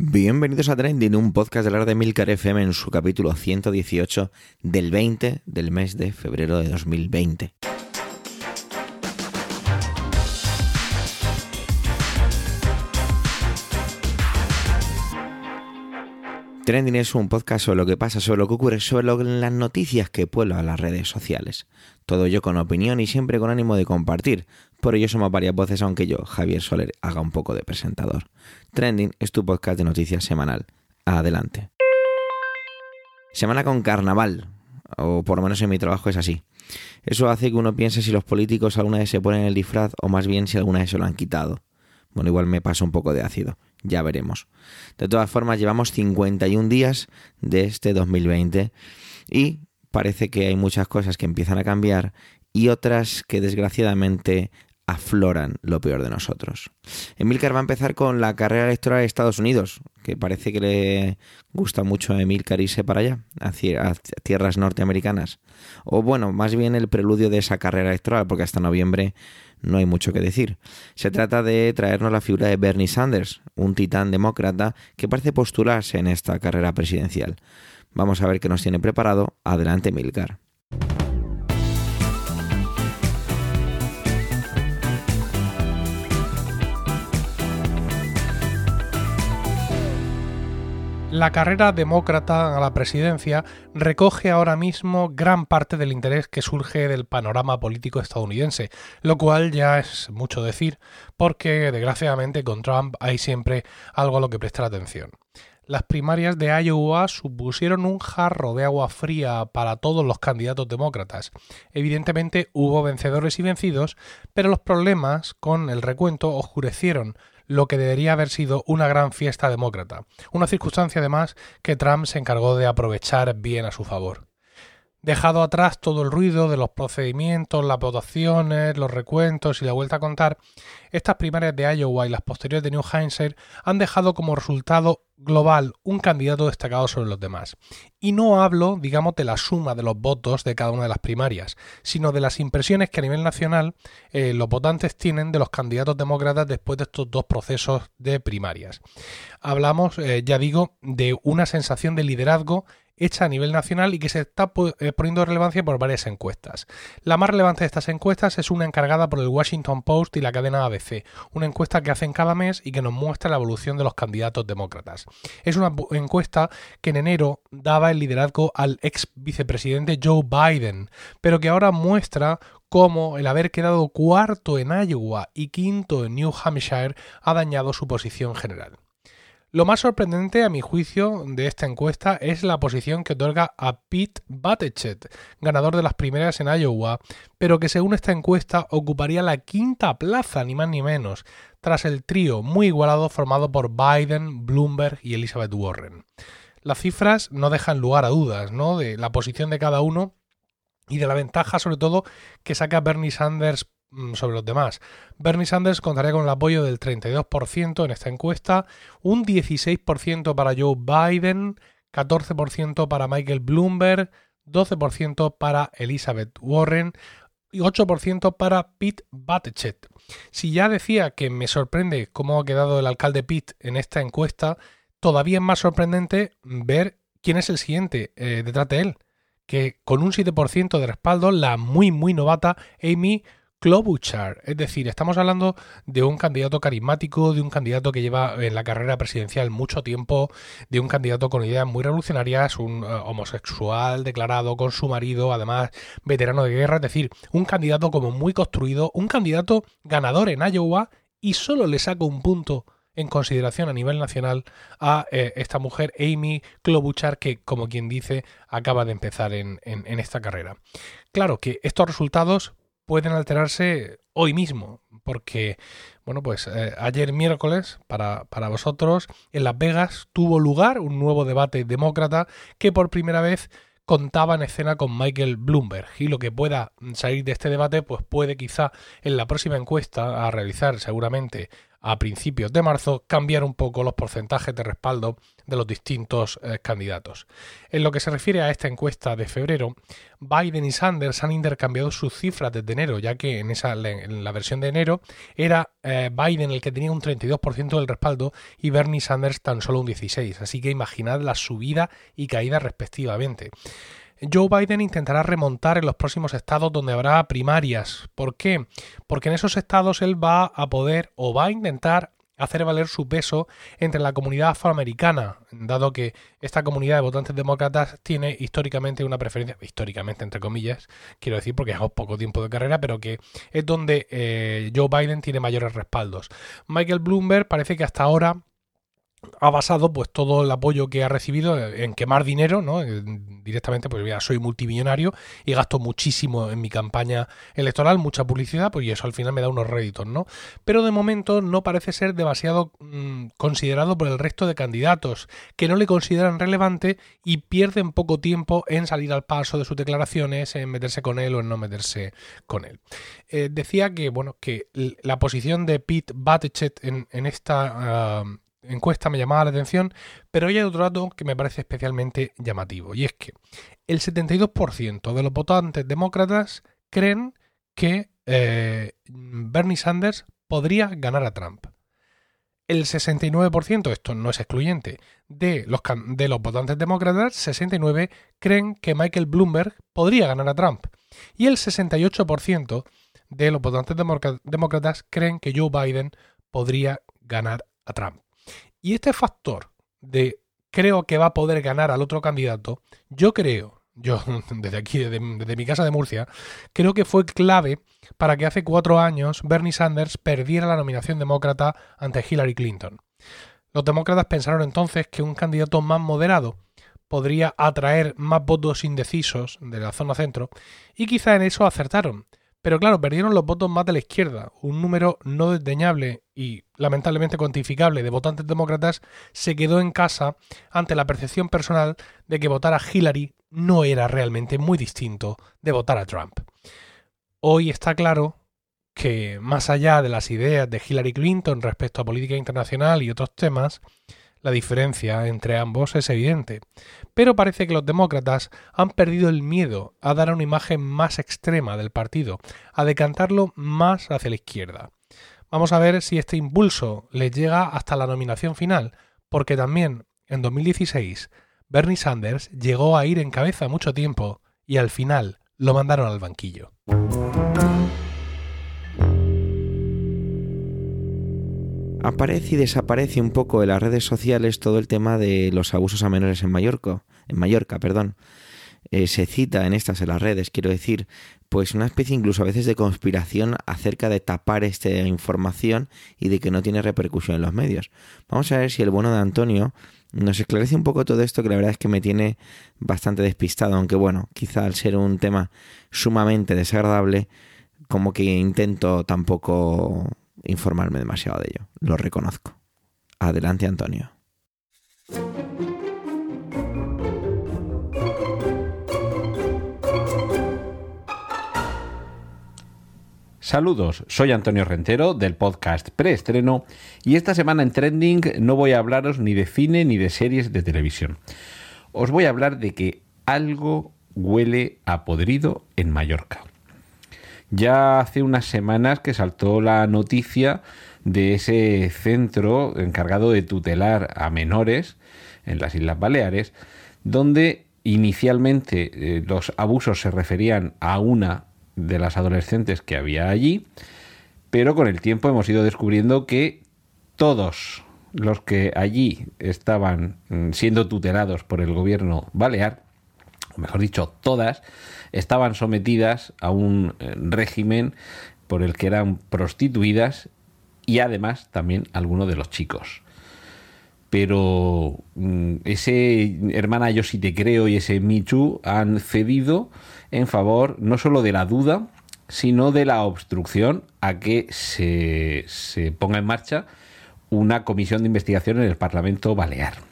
Bienvenidos a Trending, un podcast de la red de Emilcar FM en su capítulo 118 del 20 del mes de febrero de 2020. Trending es un podcast sobre lo que pasa, sobre lo que ocurre, sobre las noticias que pueblan las redes sociales. Todo ello con opinión y siempre con ánimo de compartir. Por ello somos varias voces, aunque yo, Javier Soler, haga un poco de presentador. Trending es tu podcast de noticias semanal. Adelante. Semana con carnaval, o por lo menos en mi trabajo es así. Eso hace que uno piense si los políticos alguna vez se ponen el disfraz o más bien si alguna vez se lo han quitado. Bueno, igual me paso un poco de ácido. Ya veremos. De todas formas, llevamos 51 días de este 2020 y parece que hay muchas cosas que empiezan a cambiar y otras que desgraciadamente afloran lo peor de nosotros. Emilcar va a empezar con la carrera electoral de Estados Unidos, que parece que le gusta mucho a Emilcar irse para allá, a tierras norteamericanas. O bueno, más bien el preludio de esa carrera electoral, porque hasta noviembre no hay mucho que decir. Se trata de traernos la figura de Bernie Sanders, un titán demócrata que parece postularse en esta carrera presidencial. Vamos a ver qué nos tiene preparado. Adelante, Emilcar. La carrera demócrata a la presidencia recoge ahora mismo gran parte del interés que surge del panorama político estadounidense, lo cual ya es mucho decir, porque desgraciadamente con Trump hay siempre algo a lo que prestar atención. Las primarias de Iowa supusieron un jarro de agua fría para todos los candidatos demócratas. Evidentemente hubo vencedores y vencidos, pero los problemas con el recuento oscurecieron lo que debería haber sido una gran fiesta demócrata, una circunstancia además que Trump se encargó de aprovechar bien a su favor. Dejado atrás todo el ruido de los procedimientos, las votaciones, los recuentos y la vuelta a contar, estas primarias de Iowa y las posteriores de New Hampshire han dejado como resultado global un candidato destacado sobre los demás. Y no hablo, digamos, de la suma de los votos de cada una de las primarias, sino de las impresiones que a nivel nacional los votantes tienen de los candidatos demócratas después de estos dos procesos de primarias. Hablamos, ya digo, de una sensación de liderazgo hecha a nivel nacional y que se está poniendo relevancia por varias encuestas. La más relevante de estas encuestas es una encargada por el Washington Post y la cadena ABC, una encuesta que hacen cada mes y que nos muestra la evolución de los candidatos demócratas. Es una encuesta que en enero daba el liderazgo al ex vicepresidente Joe Biden, pero que ahora muestra cómo el haber quedado cuarto en Iowa y quinto en New Hampshire ha dañado su posición general. Lo más sorprendente, a mi juicio, de esta encuesta es la posición que otorga a Pete Buttigieg, ganador de las primarias en Iowa, pero que según esta encuesta ocuparía la quinta plaza, ni más ni menos, tras el trío muy igualado formado por Biden, Bloomberg y Elizabeth Warren. Las cifras no dejan lugar a dudas, ¿no?, de la posición de cada uno y de la ventaja, sobre todo, que saca Bernie Sanders sobre los demás. Bernie Sanders contaría con el apoyo del 32% en esta encuesta, un 16% para Joe Biden, 14% para Michael Bloomberg, 12% para Elizabeth Warren y 8% para Pete Buttigieg. Si ya decía que me sorprende cómo ha quedado el alcalde Pete en esta encuesta, todavía es más sorprendente ver quién es el siguiente detrás de él, que con un 7% de respaldo, la muy novata Amy Klobuchar. Es decir, estamos hablando de un candidato carismático, de un candidato que lleva en la carrera presidencial mucho tiempo, de un candidato con ideas muy revolucionarias, un homosexual declarado con su marido, además veterano de guerra, es decir, un candidato como muy construido, un candidato ganador en Iowa y solo le saco un punto en consideración a nivel nacional a esta mujer, Amy Klobuchar, que, como quien dice, acaba de empezar en esta carrera. Claro que estos resultados pueden alterarse hoy mismo, porque bueno, pues ayer miércoles, para vosotros, en Las Vegas tuvo lugar un nuevo debate demócrata que por primera vez contaba en escena con Michael Bloomberg, y lo que pueda salir de este debate pues puede quizá en la próxima encuesta a realizar seguramente a principios de marzo, cambiar un poco los porcentajes de respaldo de los distintos candidatos. En lo que se refiere a esta encuesta de febrero, Biden y Sanders han intercambiado sus cifras desde enero, ya que en la versión de enero era Biden el que tenía un 32% del respaldo y Bernie Sanders tan solo un 16%. Así que imaginad la subida y caída respectivamente. Joe Biden intentará remontar en los próximos estados donde habrá primarias. ¿Por qué? Porque en esos estados él va a poder o va a intentar hacer valer su peso entre la comunidad afroamericana, dado que esta comunidad de votantes demócratas tiene históricamente una preferencia, históricamente entre comillas, quiero decir porque llevamos poco tiempo de carrera, pero que es donde Joe Biden tiene mayores respaldos. Michael Bloomberg parece que hasta ahora ha basado pues todo el apoyo que ha recibido en quemar dinero, ¿no? Directamente, pues ya soy multimillonario y gasto muchísimo en mi campaña electoral, mucha publicidad, pues y eso al final me da unos réditos, ¿no? Pero de momento no parece ser demasiado considerado por el resto de candidatos, que no le consideran relevante y pierden poco tiempo en salir al paso de sus declaraciones, en meterse con él o en no meterse con él. Decía que, bueno, que la posición de Pete Buttigieg en esta encuesta me llamaba la atención, pero hay otro dato que me parece especialmente llamativo, y es que el 72% de los votantes demócratas creen que Bernie Sanders podría ganar a Trump. El 69%, esto no es excluyente, de los votantes demócratas, 69 creen que Michael Bloomberg podría ganar a Trump. Y el 68% de los votantes demócratas creen que Joe Biden podría ganar a Trump. Y este factor de creo que va a poder ganar al otro candidato, yo desde aquí, desde mi casa de Murcia, creo que fue clave para que hace 4 años Bernie Sanders perdiera la nominación demócrata ante Hillary Clinton. Los demócratas pensaron entonces que un candidato más moderado podría atraer más votos indecisos de la zona centro y quizá en eso acertaron. Pero claro, perdieron los votos más de la izquierda. Un número no desdeñable y lamentablemente cuantificable de votantes demócratas se quedó en casa ante la percepción personal de que votar a Hillary no era realmente muy distinto de votar a Trump. Hoy está claro que, más allá de las ideas de Hillary Clinton respecto a política internacional y otros temas, la diferencia entre ambos es evidente, pero parece que los demócratas han perdido el miedo a dar una imagen más extrema del partido, a decantarlo más hacia la izquierda. Vamos a ver si este impulso les llega hasta la nominación final, porque también en 2016 Bernie Sanders llegó a ir en cabeza mucho tiempo y al final lo mandaron al banquillo. Aparece y desaparece un poco en las redes sociales todo el tema de los abusos a menores en Mallorca. Se cita en las redes, quiero decir, pues una especie incluso a veces de conspiración acerca de tapar esta información y de que no tiene repercusión en los medios. Vamos a ver si el bueno de Antonio nos esclarece un poco todo esto, que la verdad es que me tiene bastante despistado, aunque bueno, quizá al ser un tema sumamente desagradable, como que intento tampoco informarme demasiado de ello, lo reconozco. Adelante, Antonio. Saludos, soy Antonio Rentero del podcast Preestreno y esta semana en Trending no voy a hablaros ni de cine ni de series de televisión. Os voy a hablar de que algo huele a podrido en Mallorca. Ya hace unas semanas que saltó la noticia de ese centro encargado de tutelar a menores en las Islas Baleares, donde inicialmente los abusos se referían a una de las adolescentes que había allí, pero con el tiempo hemos ido descubriendo que todos los que allí estaban siendo tutelados por el gobierno balear, o mejor dicho, todas, estaban sometidas a un régimen por el que eran prostituidas y además también algunos de los chicos. Pero ese hermana yo sí te creo y ese Me Too han cedido en favor no solo de la duda, sino de la obstrucción a que se ponga en marcha una comisión de investigación en el Parlamento Balear.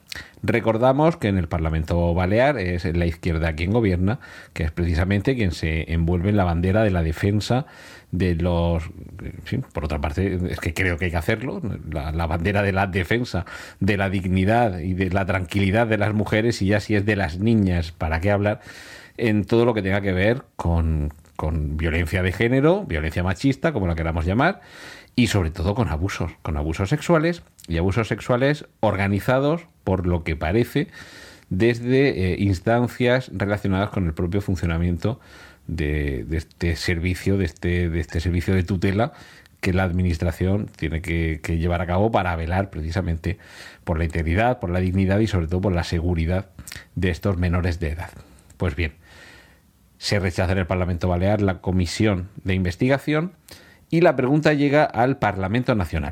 Recordamos que en el Parlamento Balear es la izquierda quien gobierna, que es precisamente quien se envuelve en la bandera de la defensa de los... Sí, por otra parte, es que creo que hay que hacerlo, la bandera de la defensa de la dignidad y de la tranquilidad de las mujeres, y ya si es de las niñas, ¿para qué hablar? En todo lo que tenga que ver con violencia de género, violencia machista, como la queramos llamar, y sobre todo con abusos sexuales, y abusos sexuales organizados, por lo que parece, desde instancias relacionadas con el propio funcionamiento de este servicio, de este servicio de tutela que la administración tiene que llevar a cabo para velar precisamente por la integridad, por la dignidad y sobre todo por la seguridad de estos menores de edad. Pues bien, se rechaza en el Parlamento Balear la comisión de investigación y la pregunta llega al Parlamento Nacional.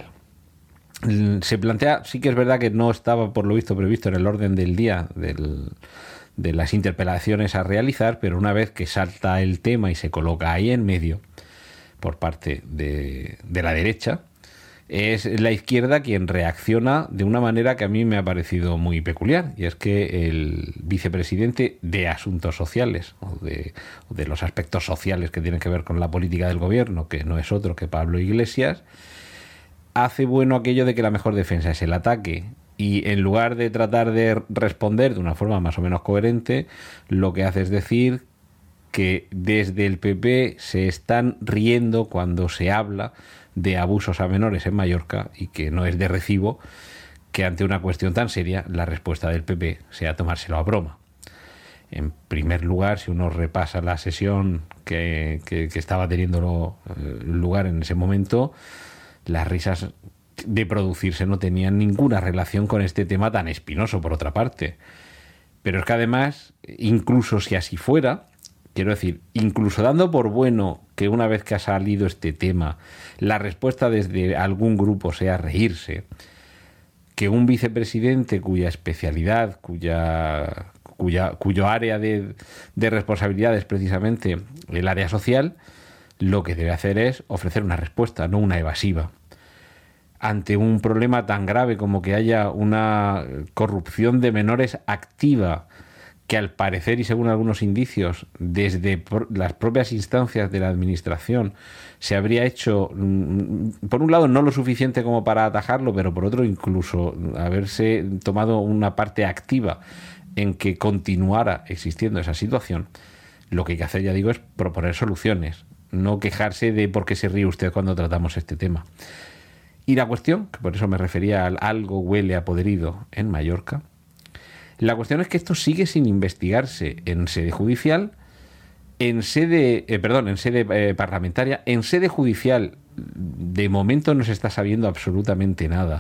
Se plantea, sí que es verdad que no estaba por lo visto previsto en el orden del día de las interpelaciones a realizar, pero una vez que salta el tema y se coloca ahí en medio por parte de la derecha, es la izquierda quien reacciona de una manera que a mí me ha parecido muy peculiar, y es que el vicepresidente de Asuntos Sociales o de los aspectos sociales que tienen que ver con la política del gobierno, que no es otro que Pablo Iglesias, hace bueno aquello de que la mejor defensa es el ataque, y en lugar de tratar de responder de una forma más o menos coherente, lo que hace es decir que desde el PP se están riendo cuando se habla de abusos a menores en Mallorca, y que no es de recibo que ante una cuestión tan seria la respuesta del PP sea tomárselo a broma. En primer lugar, si uno repasa la sesión que estaba teniendo lugar en ese momento, las risas de producirse no tenían ninguna relación con este tema tan espinoso, por otra parte. Pero es que además, incluso si así fuera, quiero decir, incluso dando por bueno que una vez que ha salido este tema, la respuesta desde algún grupo sea reírse, que un vicepresidente cuya especialidad, cuyo área de responsabilidad es precisamente el área social, lo que debe hacer es ofrecer una respuesta, no una evasiva. Ante un problema tan grave como que haya una corrupción de menores activa, que al parecer y según algunos indicios desde las propias instancias de la administración se habría hecho, por un lado no lo suficiente como para atajarlo, pero por otro incluso haberse tomado una parte activa en que continuara existiendo esa situación, lo que hay que hacer, ya digo, es proponer soluciones, no quejarse de por qué se ríe usted cuando tratamos este tema. Y la cuestión, que por eso me refería al algo huele a podrido en Mallorca, la cuestión es que esto sigue sin investigarse en sede judicial, en sede parlamentaria, en sede judicial. De momento no se está sabiendo absolutamente nada.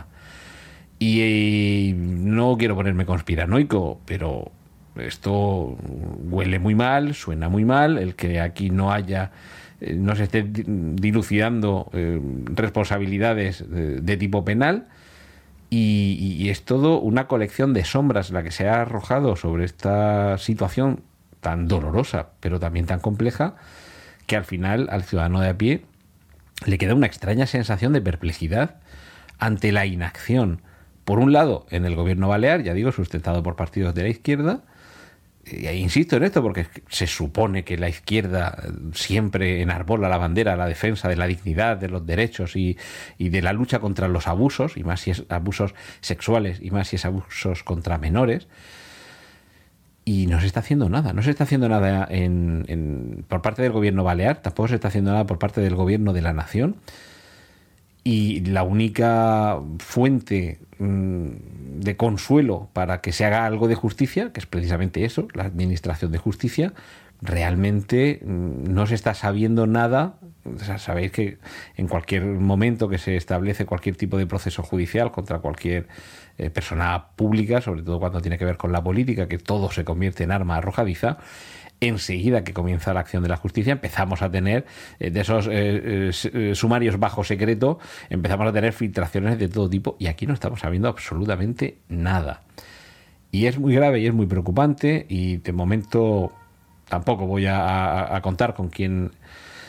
Y no quiero ponerme conspiranoico, pero esto huele muy mal, suena muy mal, el que aquí no se esté dilucidando responsabilidades de tipo penal. Y es todo una colección de sombras la que se ha arrojado sobre esta situación tan dolorosa, pero también tan compleja, que al final al ciudadano de a pie le queda una extraña sensación de perplejidad ante la inacción, por un lado, en el gobierno balear, ya digo, sustentado por partidos de la izquierda. Insisto en esto porque se supone que la izquierda siempre enarbola la bandera, la defensa de la dignidad, de los derechos y de la lucha contra los abusos, y más si es abusos sexuales y más si es abusos contra menores. Y no se está haciendo nada. No se está haciendo nada por parte del gobierno balear, tampoco se está haciendo nada por parte del gobierno de la nación. Y la única fuente de consuelo para que se haga algo de justicia, que es precisamente eso, la administración de justicia, realmente no se está sabiendo nada. O sea, sabéis que en cualquier momento que se establece cualquier tipo de proceso judicial contra cualquier persona pública, sobre todo cuando tiene que ver con la política, que todo se convierte en arma arrojadiza, enseguida que comienza la acción de la justicia empezamos a tener de esos sumarios bajo secreto, empezamos a tener filtraciones de todo tipo, y aquí no estamos sabiendo absolutamente nada. Y es muy grave y es muy preocupante, y de momento tampoco voy a contar con quién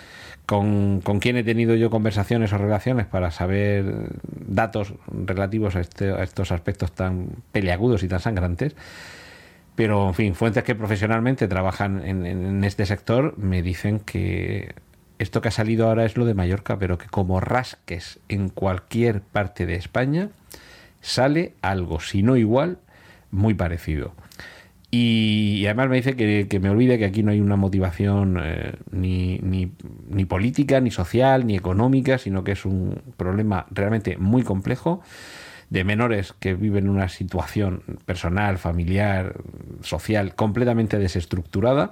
con quién he tenido yo conversaciones o relaciones para saber datos relativos a estos aspectos tan peliagudos y tan sangrantes. Pero, en fin, fuentes que profesionalmente trabajan en este sector me dicen que esto que ha salido ahora es lo de Mallorca, pero que como rasques en cualquier parte de España sale algo, si no igual, muy parecido. Y además me dice que me olvide que aquí no hay una motivación ni política, ni social, ni económica, sino que es un problema realmente muy complejo de menores que viven una situación personal, familiar, social completamente desestructurada,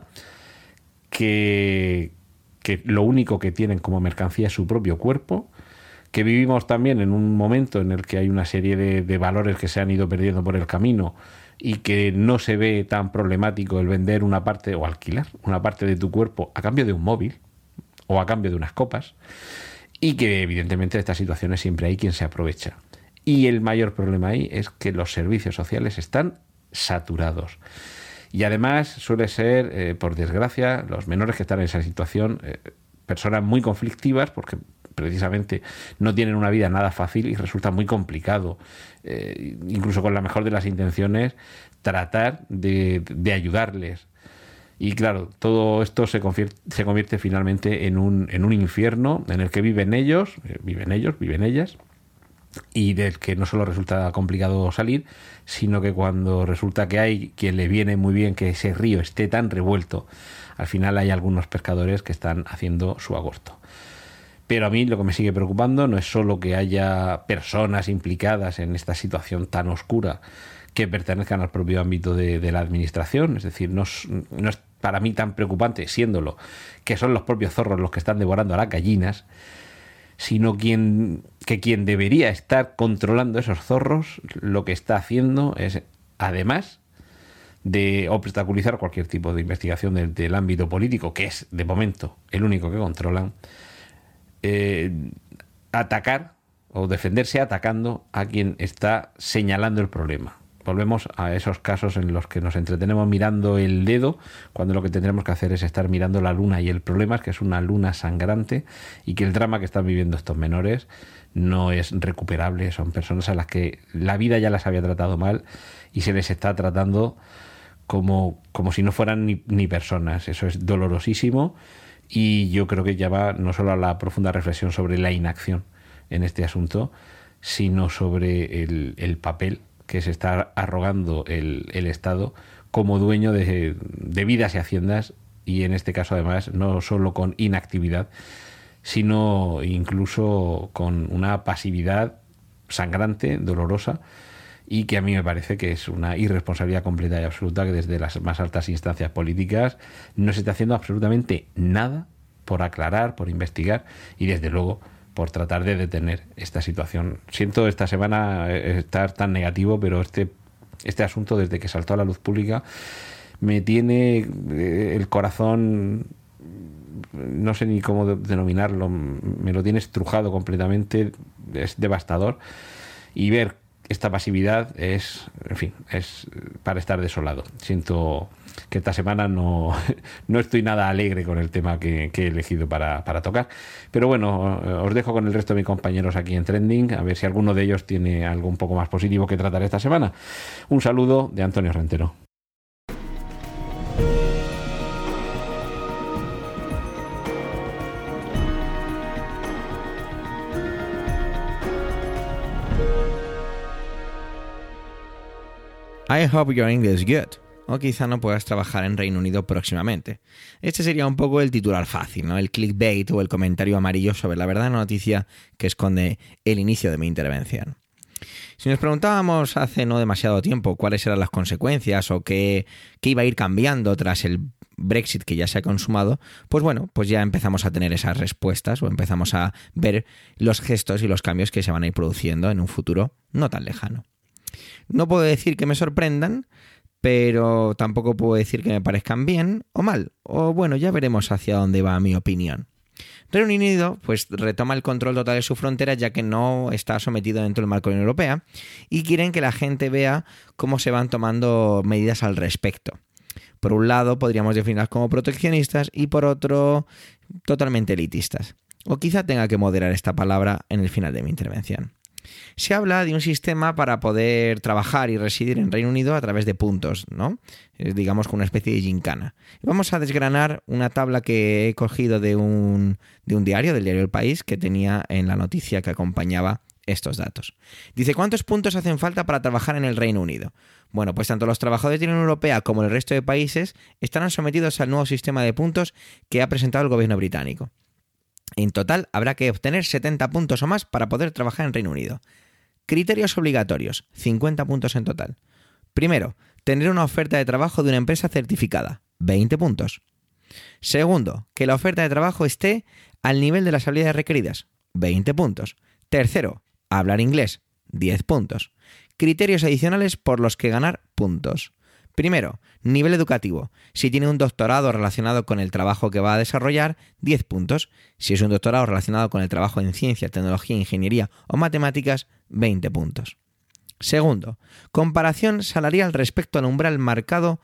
que lo único que tienen como mercancía es su propio cuerpo, que vivimos también en un momento en el que hay una serie de valores que se han ido perdiendo por el camino y que no se ve tan problemático el vender una parte o alquilar una parte de tu cuerpo a cambio de un móvil o a cambio de unas copas, y que evidentemente de estas situaciones siempre hay quien se aprovecha. Y el mayor problema ahí es que los servicios sociales están saturados. Y además suele ser, por desgracia, los menores que están en esa situación, personas muy conflictivas, porque precisamente no tienen una vida nada fácil y resulta muy complicado, incluso con la mejor de las intenciones, tratar de ayudarles. Y claro, todo esto se convierte finalmente en un infierno en el que viven ellos, viven ellas, y del que no solo resulta complicado salir, sino que cuando resulta que hay quien le viene muy bien que ese río esté tan revuelto, al final hay algunos pescadores que están haciendo su agosto. Pero a mí lo que me sigue preocupando no es solo que haya personas implicadas en esta situación tan oscura que pertenezcan al propio ámbito de la administración, es decir, no es para mí tan preocupante, siéndolo, que son los propios zorros los que están devorando a las gallinas, sino quien debería estar controlando esos zorros, lo que está haciendo es, además de obstaculizar cualquier tipo de investigación del ámbito político, que es, de momento, el único que controlan, atacar o defenderse atacando a quien está señalando el problema. Volvemos a esos casos en los que nos entretenemos mirando el dedo, cuando lo que tendremos que hacer es estar mirando la luna, y el problema es que es una luna sangrante y que el drama que están viviendo estos menores no es recuperable. Son personas a las que la vida ya las había tratado mal y se les está tratando como si no fueran ni personas. Eso es dolorosísimo, y yo creo que llama no solo a la profunda reflexión sobre la inacción en este asunto, sino sobre el papel que se está arrogando el Estado como dueño de vidas y haciendas, y en este caso además no solo con inactividad, sino incluso con una pasividad sangrante, dolorosa, y que a mí me parece que es una irresponsabilidad completa y absoluta, que desde las más altas instancias políticas no se está haciendo absolutamente nada por aclarar, por investigar y desde luego por tratar de detener esta situación. Siento esta semana estar tan negativo, pero este asunto, desde que saltó a la luz pública, me tiene el corazón, no sé ni cómo denominarlo, me lo tiene estrujado completamente, es devastador, y ver esta pasividad es para estar desolado. Siento que esta semana no estoy nada alegre con el tema que he elegido para tocar. Pero bueno, os dejo con el resto de mis compañeros aquí en Trending, a ver si alguno de ellos tiene algo un poco más positivo que tratar esta semana. Un saludo de Antonio Rentero. I hope your English is good. O quizá no puedas trabajar en Reino Unido próximamente. Este sería un poco el titular fácil, ¿no? El clickbait o el comentario amarillo sobre la verdadera noticia que esconde el inicio de mi intervención. Si nos preguntábamos hace no demasiado tiempo cuáles eran las consecuencias o qué iba a ir cambiando tras el Brexit que ya se ha consumado, pues bueno, pues ya empezamos a tener esas respuestas o empezamos a ver los gestos y los cambios que se van a ir produciendo en un futuro no tan lejano. No puedo decir que me sorprendan, pero tampoco puedo decir que me parezcan bien o mal. O bueno, ya veremos hacia dónde va mi opinión. Reino Unido pues retoma el control total de su frontera, ya que no está sometido dentro del marco de la Unión Europea, y quieren que la gente vea cómo se van tomando medidas al respecto. Por un lado, podríamos definirlas como proteccionistas y por otro, totalmente elitistas. O quizá tenga que moderar esta palabra en el final de mi intervención. Se habla de un sistema para poder trabajar y residir en Reino Unido a través de puntos, ¿no? Es, digamos, como una especie de gincana. Vamos a desgranar una tabla que he cogido de un diario, del diario El País, que tenía en la noticia que acompañaba estos datos. Dice, ¿cuántos puntos hacen falta para trabajar en el Reino Unido? Bueno, pues tanto los trabajadores de la Unión Europea como el resto de países estarán sometidos al nuevo sistema de puntos que ha presentado el gobierno británico. En total, habrá que obtener 70 puntos o más para poder trabajar en Reino Unido. Criterios obligatorios, 50 puntos en total. Primero, tener una oferta de trabajo de una empresa certificada, 20 puntos. Segundo, que la oferta de trabajo esté al nivel de las habilidades requeridas, 20 puntos. Tercero, hablar inglés, 10 puntos. Criterios adicionales por los que ganar puntos. Primero, nivel educativo. Si tiene un doctorado relacionado con el trabajo que va a desarrollar, 10 puntos. Si es un doctorado relacionado con el trabajo en ciencia, tecnología, ingeniería o matemáticas, 20 puntos. Segundo, comparación salarial respecto al umbral marcado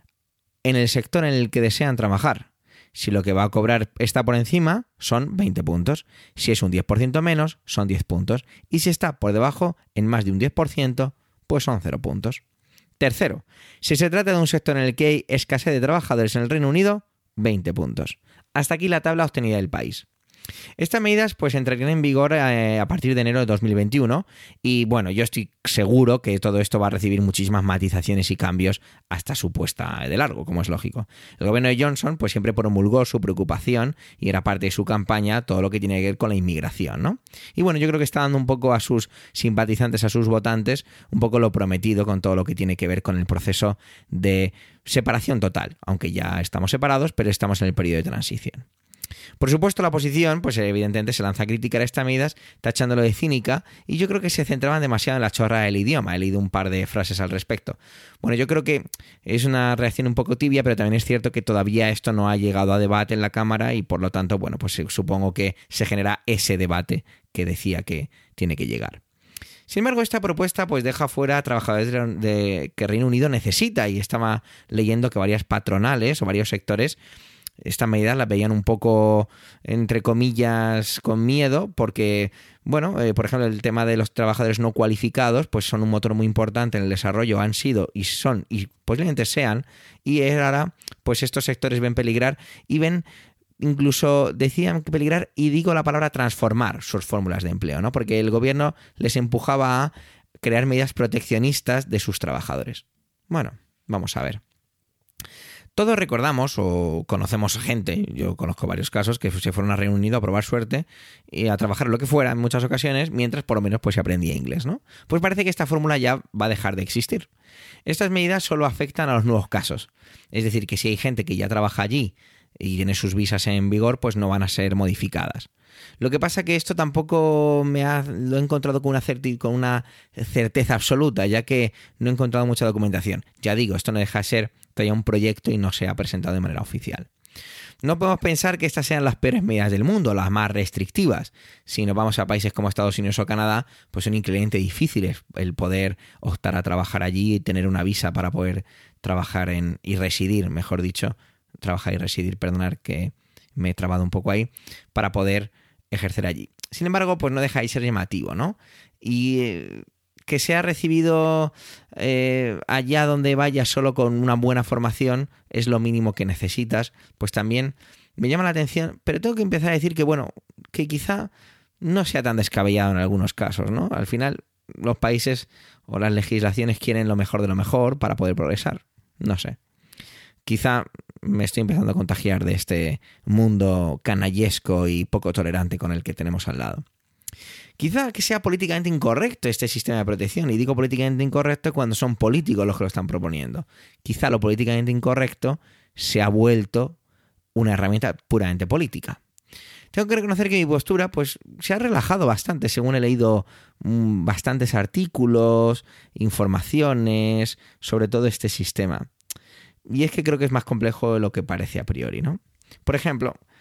en el sector en el que desean trabajar. Si lo que va a cobrar está por encima, son 20 puntos. Si es un 10% menos, son 10 puntos. Y si está por debajo, en más de un 10%, pues son 0 puntos. Tercero, si se trata de un sector en el que hay escasez de trabajadores en el Reino Unido, 20 puntos. Hasta aquí la tabla obtenida del país. Estas medidas pues entrarían en vigor a partir de enero de 2021 y bueno, yo estoy seguro que todo esto va a recibir muchísimas matizaciones y cambios hasta su puesta de largo, como es lógico. El gobierno de Johnson pues siempre promulgó su preocupación y era parte de su campaña todo lo que tiene que ver con la inmigración, ¿no? Y bueno, yo creo que está dando un poco a sus simpatizantes, a sus votantes, un poco lo prometido con todo lo que tiene que ver con el proceso de separación total, aunque ya estamos separados, pero estamos en el periodo de transición. Por supuesto, la oposición, pues evidentemente se lanza a criticar estas medidas, tachándolo de cínica, y yo creo que se centraban demasiado en la chorra del idioma. He leído un par de frases al respecto. Bueno, yo creo que es una reacción un poco tibia, pero también es cierto que todavía esto no ha llegado a debate en la Cámara y por lo tanto, bueno, pues supongo que se genera ese debate que decía que tiene que llegar. Sin embargo, esta propuesta pues deja fuera a trabajadores que Reino Unido necesita, y estaba leyendo que varias patronales o varios sectores esta medida la veían un poco, entre comillas, con miedo, porque, bueno, por ejemplo, el tema de los trabajadores no cualificados, pues son un motor muy importante en el desarrollo, han sido y son, y posiblemente sean, y ahora, pues estos sectores ven peligrar y ven, incluso decían peligrar, y digo la palabra transformar sus fórmulas de empleo, ¿no? Porque el gobierno les empujaba a crear medidas proteccionistas de sus trabajadores. Bueno, vamos a ver. Todos recordamos o conocemos gente, yo conozco varios casos, que se fueron a Reino Unido a probar suerte y a trabajar lo que fuera en muchas ocasiones, mientras por lo menos pues se aprendía inglés, ¿no? Pues parece que esta fórmula ya va a dejar de existir. Estas medidas solo afectan a los nuevos casos. Es decir, que si hay gente que ya trabaja allí y tiene sus visas en vigor, pues no van a ser modificadas. Lo que pasa que esto tampoco lo he encontrado con una certeza absoluta, ya que no he encontrado mucha documentación. Ya digo, esto no deja de ser todavía un proyecto y no se ha presentado de manera oficial. No podemos pensar que estas sean las peores medidas del mundo, las más restrictivas. Si nos vamos a países como Estados Unidos o Canadá, pues son increíblemente difíciles el poder optar a trabajar allí y tener una visa para poder trabajar y residir, mejor dicho, trabajar y residir, perdonar que me he trabado un poco ahí, para poder ejercer allí. Sin embargo, pues no deja de ser llamativo, ¿no? Y que sea recibido allá donde vayas solo con una buena formación es lo mínimo que necesitas, pues también me llama la atención, pero tengo que empezar a decir que, bueno, que quizá no sea tan descabellado en algunos casos, ¿no? Al final, los países o las legislaciones quieren lo mejor de lo mejor para poder progresar. No sé. Quizá me estoy empezando a contagiar de este mundo canallesco y poco tolerante con el que tenemos al lado. Quizá que sea políticamente incorrecto este sistema de protección, y digo políticamente incorrecto cuando son políticos los que lo están proponiendo. Quizá lo políticamente incorrecto se ha vuelto una herramienta puramente política. Tengo que reconocer que mi postura pues se ha relajado bastante según he leído bastantes artículos, informaciones sobre todo este sistema. Y es que creo que es más complejo de lo que parece a priori, ¿no? Por ejemplo,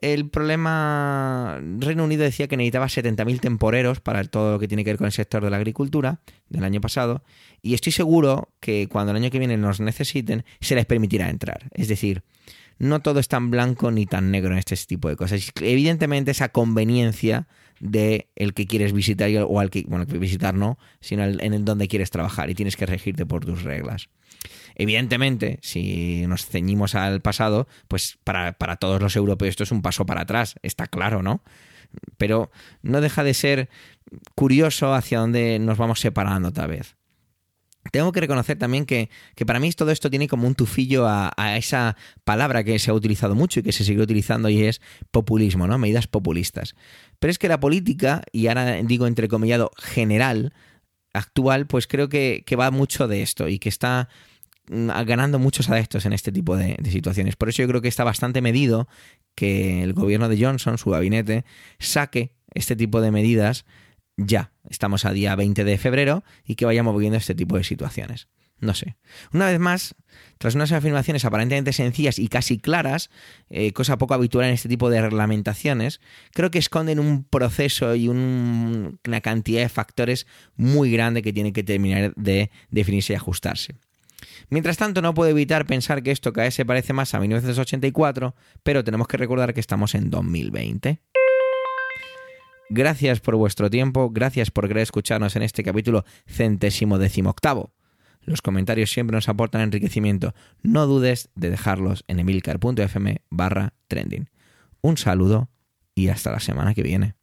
el problema... Reino Unido decía que necesitaba 70.000 temporeros para todo lo que tiene que ver con el sector de la agricultura del año pasado, y estoy seguro que cuando el año que viene nos necesiten, se les permitirá entrar. Es decir, no todo es tan blanco ni tan negro en este tipo de cosas. Evidentemente esa conveniencia de el que quieres visitar o al que, bueno, visitar no, sino en el donde quieres trabajar y tienes que regirte por tus reglas. Evidentemente, si nos ceñimos al pasado, pues para todos los europeos esto es un paso para atrás, está claro, ¿no? Pero no deja de ser curioso hacia dónde nos vamos separando otra vez. Tengo que reconocer también que para mí todo esto tiene como un tufillo a esa palabra que se ha utilizado mucho y que se sigue utilizando, y es populismo, ¿no? Medidas populistas. Pero es que la política, y ahora digo entrecomillado general, actual, pues creo que va mucho de esto y que está ganando muchos adeptos en este tipo de situaciones. Por eso yo creo que está bastante medido que el gobierno de Johnson, su gabinete, saque este tipo de medidas ya. Estamos a día 20 de febrero y que vayamos viendo este tipo de situaciones. No sé. Una vez más, tras unas afirmaciones aparentemente sencillas y casi claras, cosa poco habitual en este tipo de reglamentaciones, creo que esconden un proceso y una cantidad de factores muy grande que tienen que terminar de definirse y ajustarse. Mientras tanto, no puedo evitar pensar que esto cada vez se parece más a 1984, pero tenemos que recordar que estamos en 2020. Gracias por vuestro tiempo, gracias por querer escucharnos en este capítulo 118. Los comentarios siempre nos aportan enriquecimiento. No dudes de dejarlos en emilcar.fm/trending. Un saludo y hasta la semana que viene.